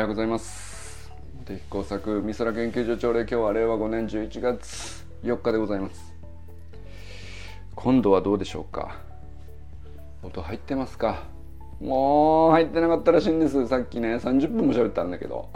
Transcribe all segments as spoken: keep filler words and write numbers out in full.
はようございます。敵工作美空研究所朝礼、今日はれいわごねんじゅういちがつよっかでございます。今度はどうでしょうか。音入ってますか。もう入ってなかったらしいんです。さっきねさんじゅっぷんも喋ったんだけど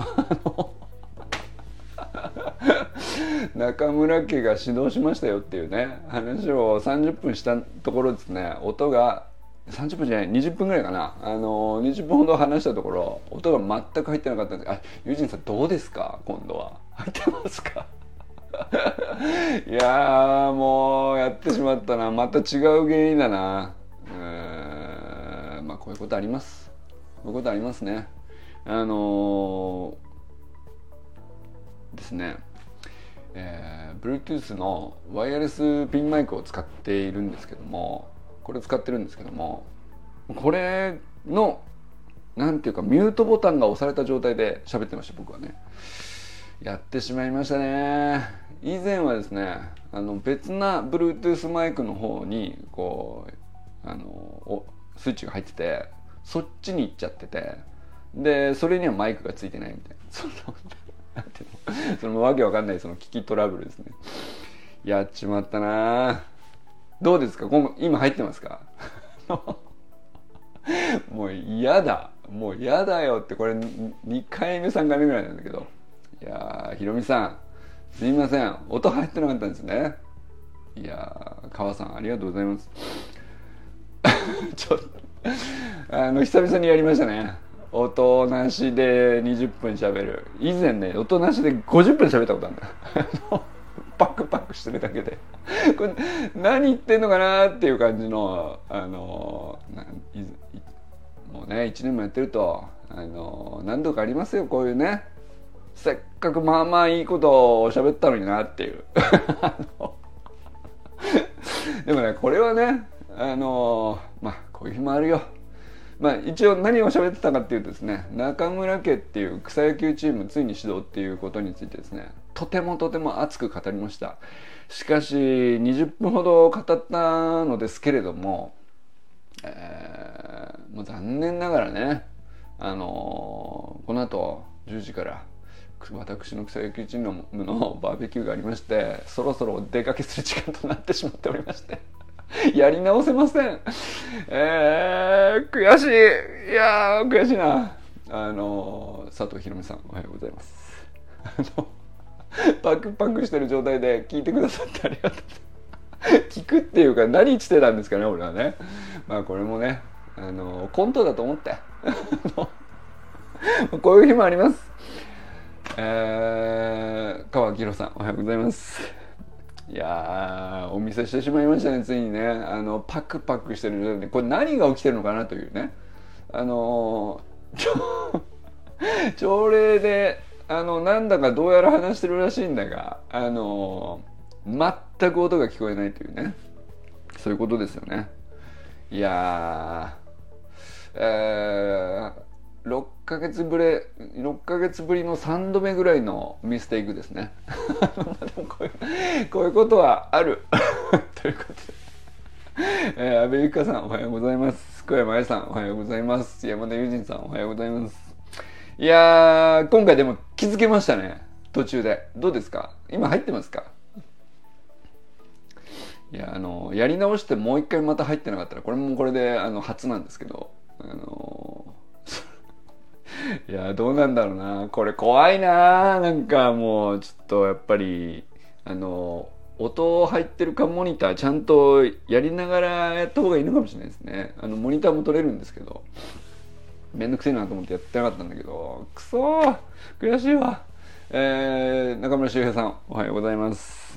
中村家が指導しましたよっていうね話をさんじゅっぷんしたところですね、音がさんじゅっぷんじゃないにじゅっぷんぐらいかな、あのにじゅっぷんほど話したところ音が全く入ってなかったんです。あ、ユージンさんどうですか、今度は入ってますかいやーもうやってしまったな、また違う原因だな。うーん、まあこういうことあります、こういうことありますね。あのー、ですねえー、Bluetooth のワイヤレスピンマイクを使っているんですけども、これを使ってるんですけども、これのなんていうかミュートボタンが押された状態で喋ってました。僕はねやってしまいましたね。以前はですね、あの別な Bluetooth マイクの方にこうあのスイッチが入ってて、そっちに行っちゃってて、でそれにはマイクがついてないみたいな、そんななんていうのそのわけわかんないその機器トラブルですね。やっちまったな。どうですか、今今入ってますかもう嫌だ、もう嫌だよって。これにかいめさんかいめぐらいなんだけど、いやーひろみさんすいません、音入ってなかったんですね。いやー川さんありがとうございますちょっとあの久々にやりましたね、音なしでにじゅっぷん喋る。以前ね音なしでごじゅっぷん喋ったことあるんだパクパクしてるだけでこれ何言ってんのかなっていう感じの、あのもうねいちねんもやってると、あの何度かありますよ、こういうね、せっかくまあまあいいことを喋ったのになっていうでもねこれはね、あのまあこういう日もあるよ。まあ一応何を喋ってたかっていうとですね、中村家っていう草野球チームついに始動っていうことについてですね、とてもとても熱く語りました。しかしにじゅっぷんほど語ったのですけれども、えー、もう残念ながらね、あのー、この後じゅうじから私の草野球チームのバーベキューがありまして、そろそろお出かけする時間となってしまっておりましてやり直せません。えー、悔しい。いやー悔しいな。あのー、佐藤ひろみさんおはようございます。あのパクパクしてる状態で聞いてくださってありがとう聞くっていうか何してたんですかね俺はね。まあこれもね、あのー、コントだと思ってこういう日もあります。えー、川明宏さんおはようございます。いやーお見せしてしまいましたね、ついにね。あのパクパクしてる状態でこれ何が起きてるのかなというね、あのー、朝礼であのなんだかどうやら話してるらしいんだが、あのー、全く音が聞こえないというね、そういうことですよね。いやー、えーろっかげつぶりろっかげつぶりのさんどめぐらいのミステイクですねでもこういうこういうことはあるということで、えー、安倍ゆきかさんおはようございます。小山愛さんおはようございます。山田友人さんおはようございます。いやー今回でも気づけましたね、途中で。どうですか、今入ってますか。いやあのやり直してもう一回また入ってなかったらこれもこれであの初なんですけど、あのいやどうなんだろうな、これ怖いな。なんかもうちょっとやっぱりあの音入ってるかモニターちゃんとやりながらやった方がいいのかもしれないですね。あのモニターも取れるんですけどめんどくせえなと思ってやってなかったんだけど、くそー悔しいわ。えー、中村修平さんおはようございます。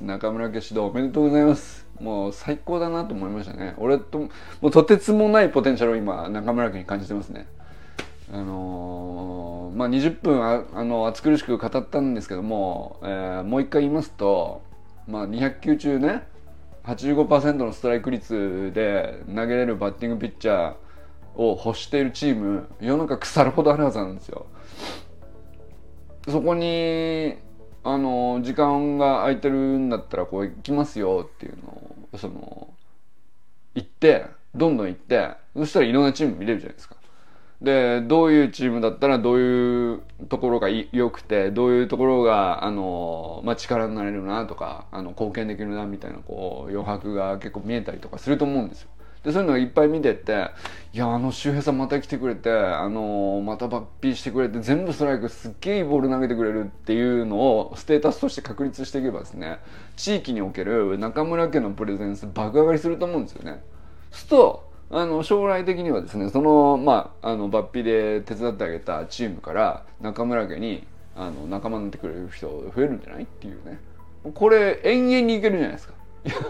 中村家指導おめでとうございます。もう最高だなと思いましたね。俺ともうとてつもないポテンシャルを今中村家に感じてますね。あのー、まあにじゅっぷんああの暑苦しく語ったんですけども、えー、もう一回言いますと、まあ、にひゃくきゅう中ね はちじゅうごパーセント のストライク率で投げれるバッティングピッチャーを欲しているチーム世の中腐るほどあるはずなんですよ。そこにあの時間が空いてるんだったらこう行きますよっていうのをその行ってどんどん行って、そしたらいろんなチーム見れるじゃないですか。 でどういうチームだったらどういうところが良くてどういうところがあの、まあ、力になれるなとかあの貢献できるなみたいなこう余白が結構見えたりとかすると思うんですよ。でそういうのをいっぱい見てっていやあの周平さんまた来てくれてあのまた抜皮してくれて全部ストライクすっげえいいボール投げてくれるっていうのをステータスとして確立していけばですね地域における中村家のプレゼンス爆上がりすると思うんですよね。するとあの将来的にはですねそのまああの抜皮で手伝ってあげたチームから中村家にあの仲間になってくれる人増えるんじゃないっていうねこれ延々にいけるじゃないですか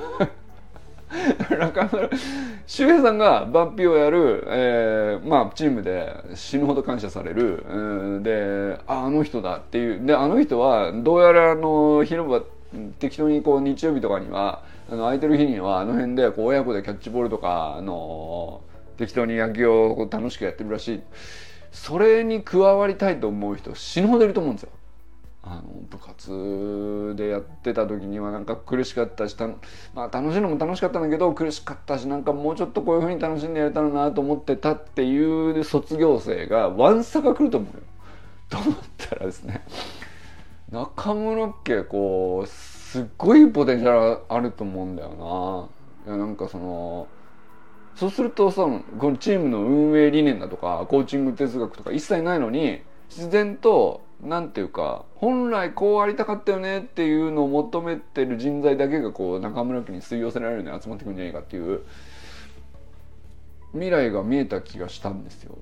中村周平さんが抜皮をやる、えー、まあチームで死ぬほど感謝される、うん、で あ, あの人だっていうであの人はどうやらあの広場適当にこう日曜日とかにはあの空いてる日にはあの辺でこう親子でキャッチボールとかあの適当に野球を楽しくやってるらしい。それに加わりたいと思う人死ぬほどいると思うんですよ。あの部活でやってた時にはなんか苦しかったし、まあ、楽しいのも楽しかったんだけど苦しかったしなんかもうちょっとこういう風に楽しんでやれたらなと思ってたっていう卒業生がワンサが来ると思うよと思ったらですね中村家こうすっごいポテンシャルあると思うんだよな。いやなんかそのそうするとさこのチームの運営理念だとかコーチング哲学とか一切ないのに自然となんていうか本来こうありたかったよねっていうのを求めてる人材だけがこう中村家に吸い寄せられるように集まってくるんじゃないかっていう未来が見えた気がしたんですよ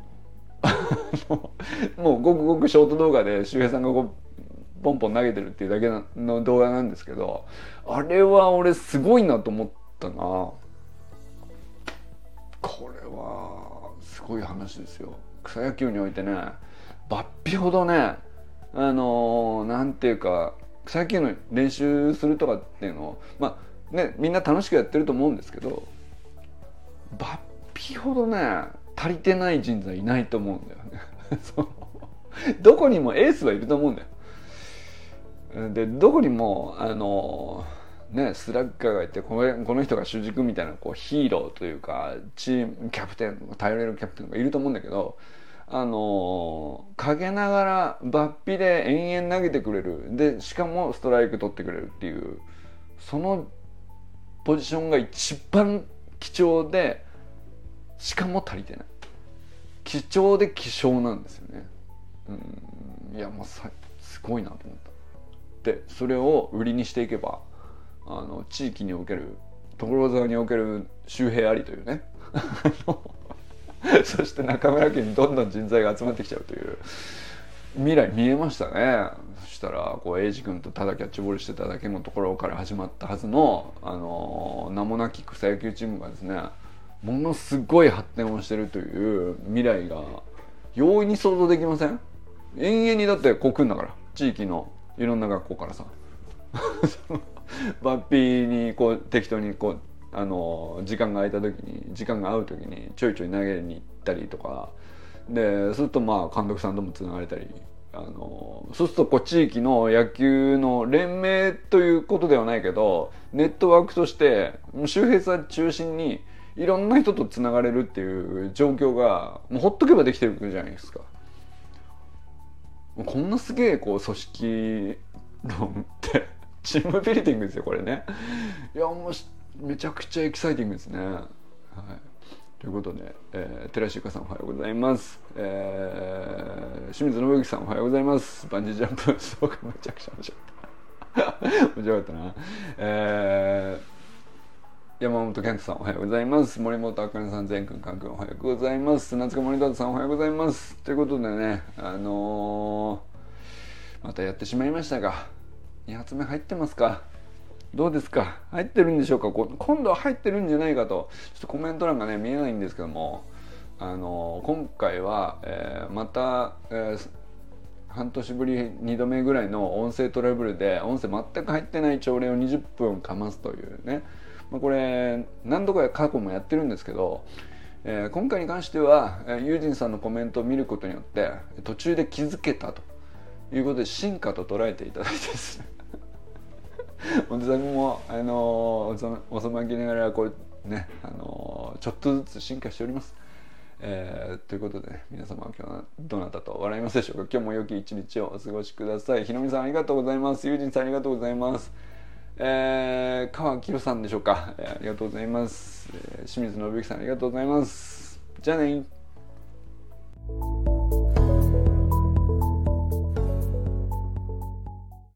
もうごくごくショート動画で周平さんがこうポンポン投げてるっていうだけの動画なんですけどあれは俺すごいなと思ったな。これはすごい話ですよ。草野球においてね抜皮ほどねあのー、なんていうか草野球の練習するとかっていうのをまあねみんな楽しくやってると思うんですけど抜皮ほどね足りてない人材いないと思うんだよねそうどこにもエースはいると思うんだよ。でどこにもあのー、ねスラッガーがいてこの、この人が主軸みたいなこうヒーローというかチームキャプテン頼れるキャプテンがいると思うんだけどあの陰ながら抜皮で延々投げてくれるでしかもストライク取ってくれるっていうそのポジションが一番貴重でしかも足りてない貴重で希少なんですよね。うんいやもうさすごいなと思ったでそれを売りにしていけばあの地域における所沢における周平ありというねそして中村家にどんどん人材が集まってきちゃうという未来見えましたね。そしたらこう英二君とただキャッチボールしてただけのところから始まったはずの、あの名もなき草野球チームがですねものすごい発展をしてるという未来が容易に想像できません？延々にだってこう来るんだから地域のいろんな学校からさ抜皮にこう適当にこうあの時間が空いた時に時間が合う時にちょいちょい投げに行ったりとかでするとまあ監督さんともつながれたりあのそうするとこう地域の野球の連盟ということではないけどネットワークとして周平さん中心にいろんな人とつながれるっていう状況がもうほっとけばできてるじゃないですか。こんなすげえこう組織論ってチームビルディングですよこれね。いやもうめちゃくちゃエキサイティングですね。はい、ということで、えー、寺石ゆかさんおはようございます、えー、清水信之さんおはようございます。バンジージャンプそうかめちゃくちゃ面白かった面白かったな、えー、山本健太さんおはようございます。森本あかねさん全くんかんくんおはようございます。夏子森田さんおはようございます。ということでねあのー、またやってしまいましたがに発目入ってますか？どうですか？入ってるんでしょうか？今度は入ってるんじゃないかとちょっとコメント欄がね見えないんですけどもあの今回は、えー、また、えー、半年ぶりにどめぐらいの音声トラブルで音声全く入ってない朝礼をにじゅっぷんかますというね、まあ、これ何度か過去もやってるんですけど、えー、今回に関してはユージンさんのコメントを見ることによって途中で気づけたということで進化と捉えていただいてですね本当にもあのおそまきながらこうねあのちょっとずつ進化しております。 えー、ということでね、皆様今日はどなたと笑いますでしょうか。今日も良き一日をお過ごしください。ひろみさんありがとうございます。ゆうじんさんありがとうございます。えー、川木ろさんでしょうか、えー、ありがとうございます。えー、清水信之さんありがとうございます。じゃあね。